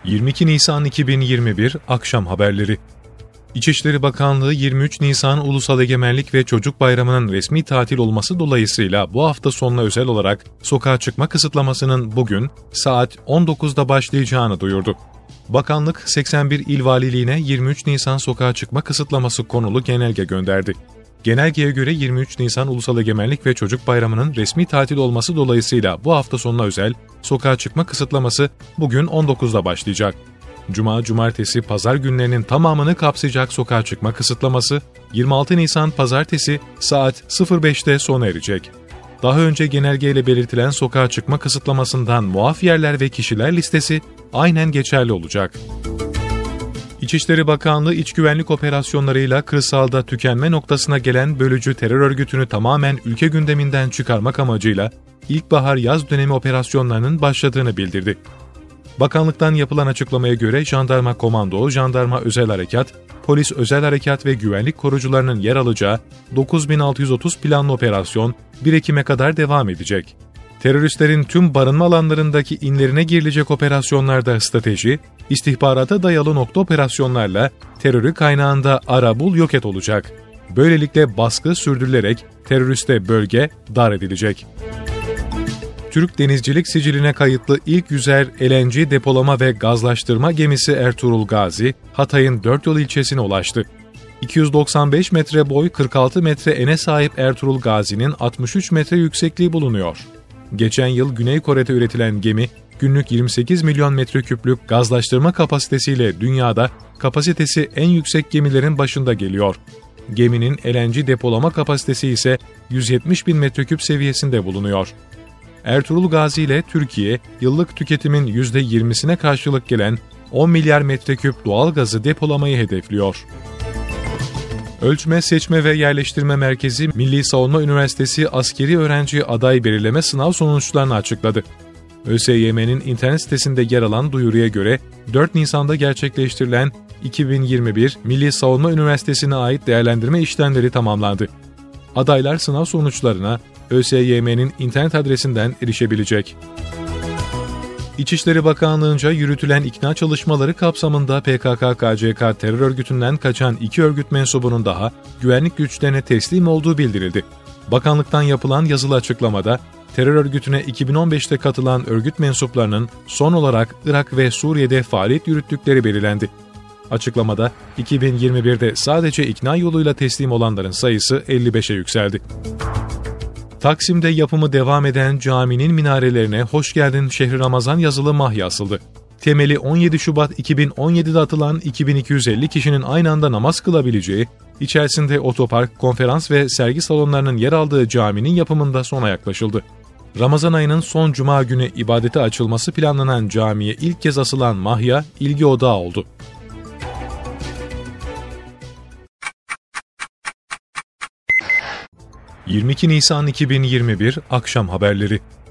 22 Nisan 2021 Akşam Haberleri. İçişleri Bakanlığı 23 Nisan Ulusal Egemenlik ve Çocuk Bayramı'nın resmi tatil olması dolayısıyla bu hafta sonuna özel olarak sokağa çıkma kısıtlamasının bugün saat 19'da başlayacağını duyurdu. Bakanlık 81 il valiliğine 23 Nisan sokağa çıkma kısıtlaması konulu genelge gönderdi. Genelgeye göre 23 Nisan Ulusal Egemenlik ve Çocuk Bayramı'nın resmi tatil olması dolayısıyla bu hafta sonuna özel sokağa çıkma kısıtlaması bugün 19'da başlayacak. Cuma, cumartesi, pazar günlerinin tamamını kapsayacak sokağa çıkma kısıtlaması 26 Nisan Pazartesi saat 05'te sona erecek. Daha önce genelgeyle belirtilen sokağa çıkma kısıtlamasından muaf yerler ve kişiler listesi aynen geçerli olacak. İçişleri Bakanlığı iç güvenlik operasyonlarıyla kırsalda tükenme noktasına gelen bölücü terör örgütünü tamamen ülke gündeminden çıkarmak amacıyla ilkbahar-yaz dönemi operasyonlarının başladığını bildirdi. Bakanlıktan yapılan açıklamaya göre Jandarma Komando, Jandarma Özel Harekat, Polis Özel Harekat ve güvenlik korucularının yer alacağı 9630 planlı operasyon 1 Ekim'e kadar devam edecek. Teröristlerin tüm barınma alanlarındaki inlerine girilecek operasyonlarda strateji, istihbarata dayalı nokta operasyonlarla terörü kaynağında ara bul yok et olacak. Böylelikle baskı sürdürülerek teröriste bölge dar edilecek. Türk Denizcilik Sicili'ne kayıtlı ilk yüzer LNG depolama ve gazlaştırma gemisi Ertuğrul Gazi, Hatay'ın Dörtyol ilçesine ulaştı. 295 metre boy 46 metre ene sahip Ertuğrul Gazi'nin 63 metre yüksekliği bulunuyor. Geçen yıl Güney Kore'de üretilen gemi, günlük 28 milyon metreküplük gazlaştırma kapasitesiyle dünyada kapasitesi en yüksek gemilerin başında geliyor. Geminin LNG depolama kapasitesi ise 170 bin metreküp seviyesinde bulunuyor. Ertuğrul Gazi ile Türkiye, yıllık tüketimin %20'sine karşılık gelen 10 milyar metreküp doğal gazı depolamayı hedefliyor. Ölçme, Seçme ve Yerleştirme Merkezi Milli Savunma Üniversitesi askeri öğrenci aday belirleme sınav sonuçlarını açıkladı. ÖSYM'nin internet sitesinde yer alan duyuruya göre 4 Nisan'da gerçekleştirilen 2021 Milli Savunma Üniversitesi'ne ait değerlendirme işlemleri tamamlandı. Adaylar sınav sonuçlarına ÖSYM'nin internet adresinden erişebilecek. İçişleri Bakanlığı'nca yürütülen ikna çalışmaları kapsamında PKK-KCK terör örgütünden kaçan 2 örgüt mensubunun daha güvenlik güçlerine teslim olduğu bildirildi. Bakanlıktan yapılan yazılı açıklamada, terör örgütüne 2015'te katılan örgüt mensuplarının son olarak Irak ve Suriye'de faaliyet yürüttükleri belirlendi. Açıklamada 2021'de sadece ikna yoluyla teslim olanların sayısı 55'e yükseldi. Taksim'de yapımı devam eden caminin minarelerine "Hoş geldin Şehri Ramazan" yazılı mahya asıldı. Temeli 17 Şubat 2017'de atılan 2250 kişinin aynı anda namaz kılabileceği, içerisinde otopark, konferans ve sergi salonlarının yer aldığı caminin yapımında sona yaklaşıldı. Ramazan ayının son cuma günü ibadete açılması planlanan camiye ilk kez asılan mahya ilgi odağı oldu. ...22 Nisan 2021 Akşam Haberleri.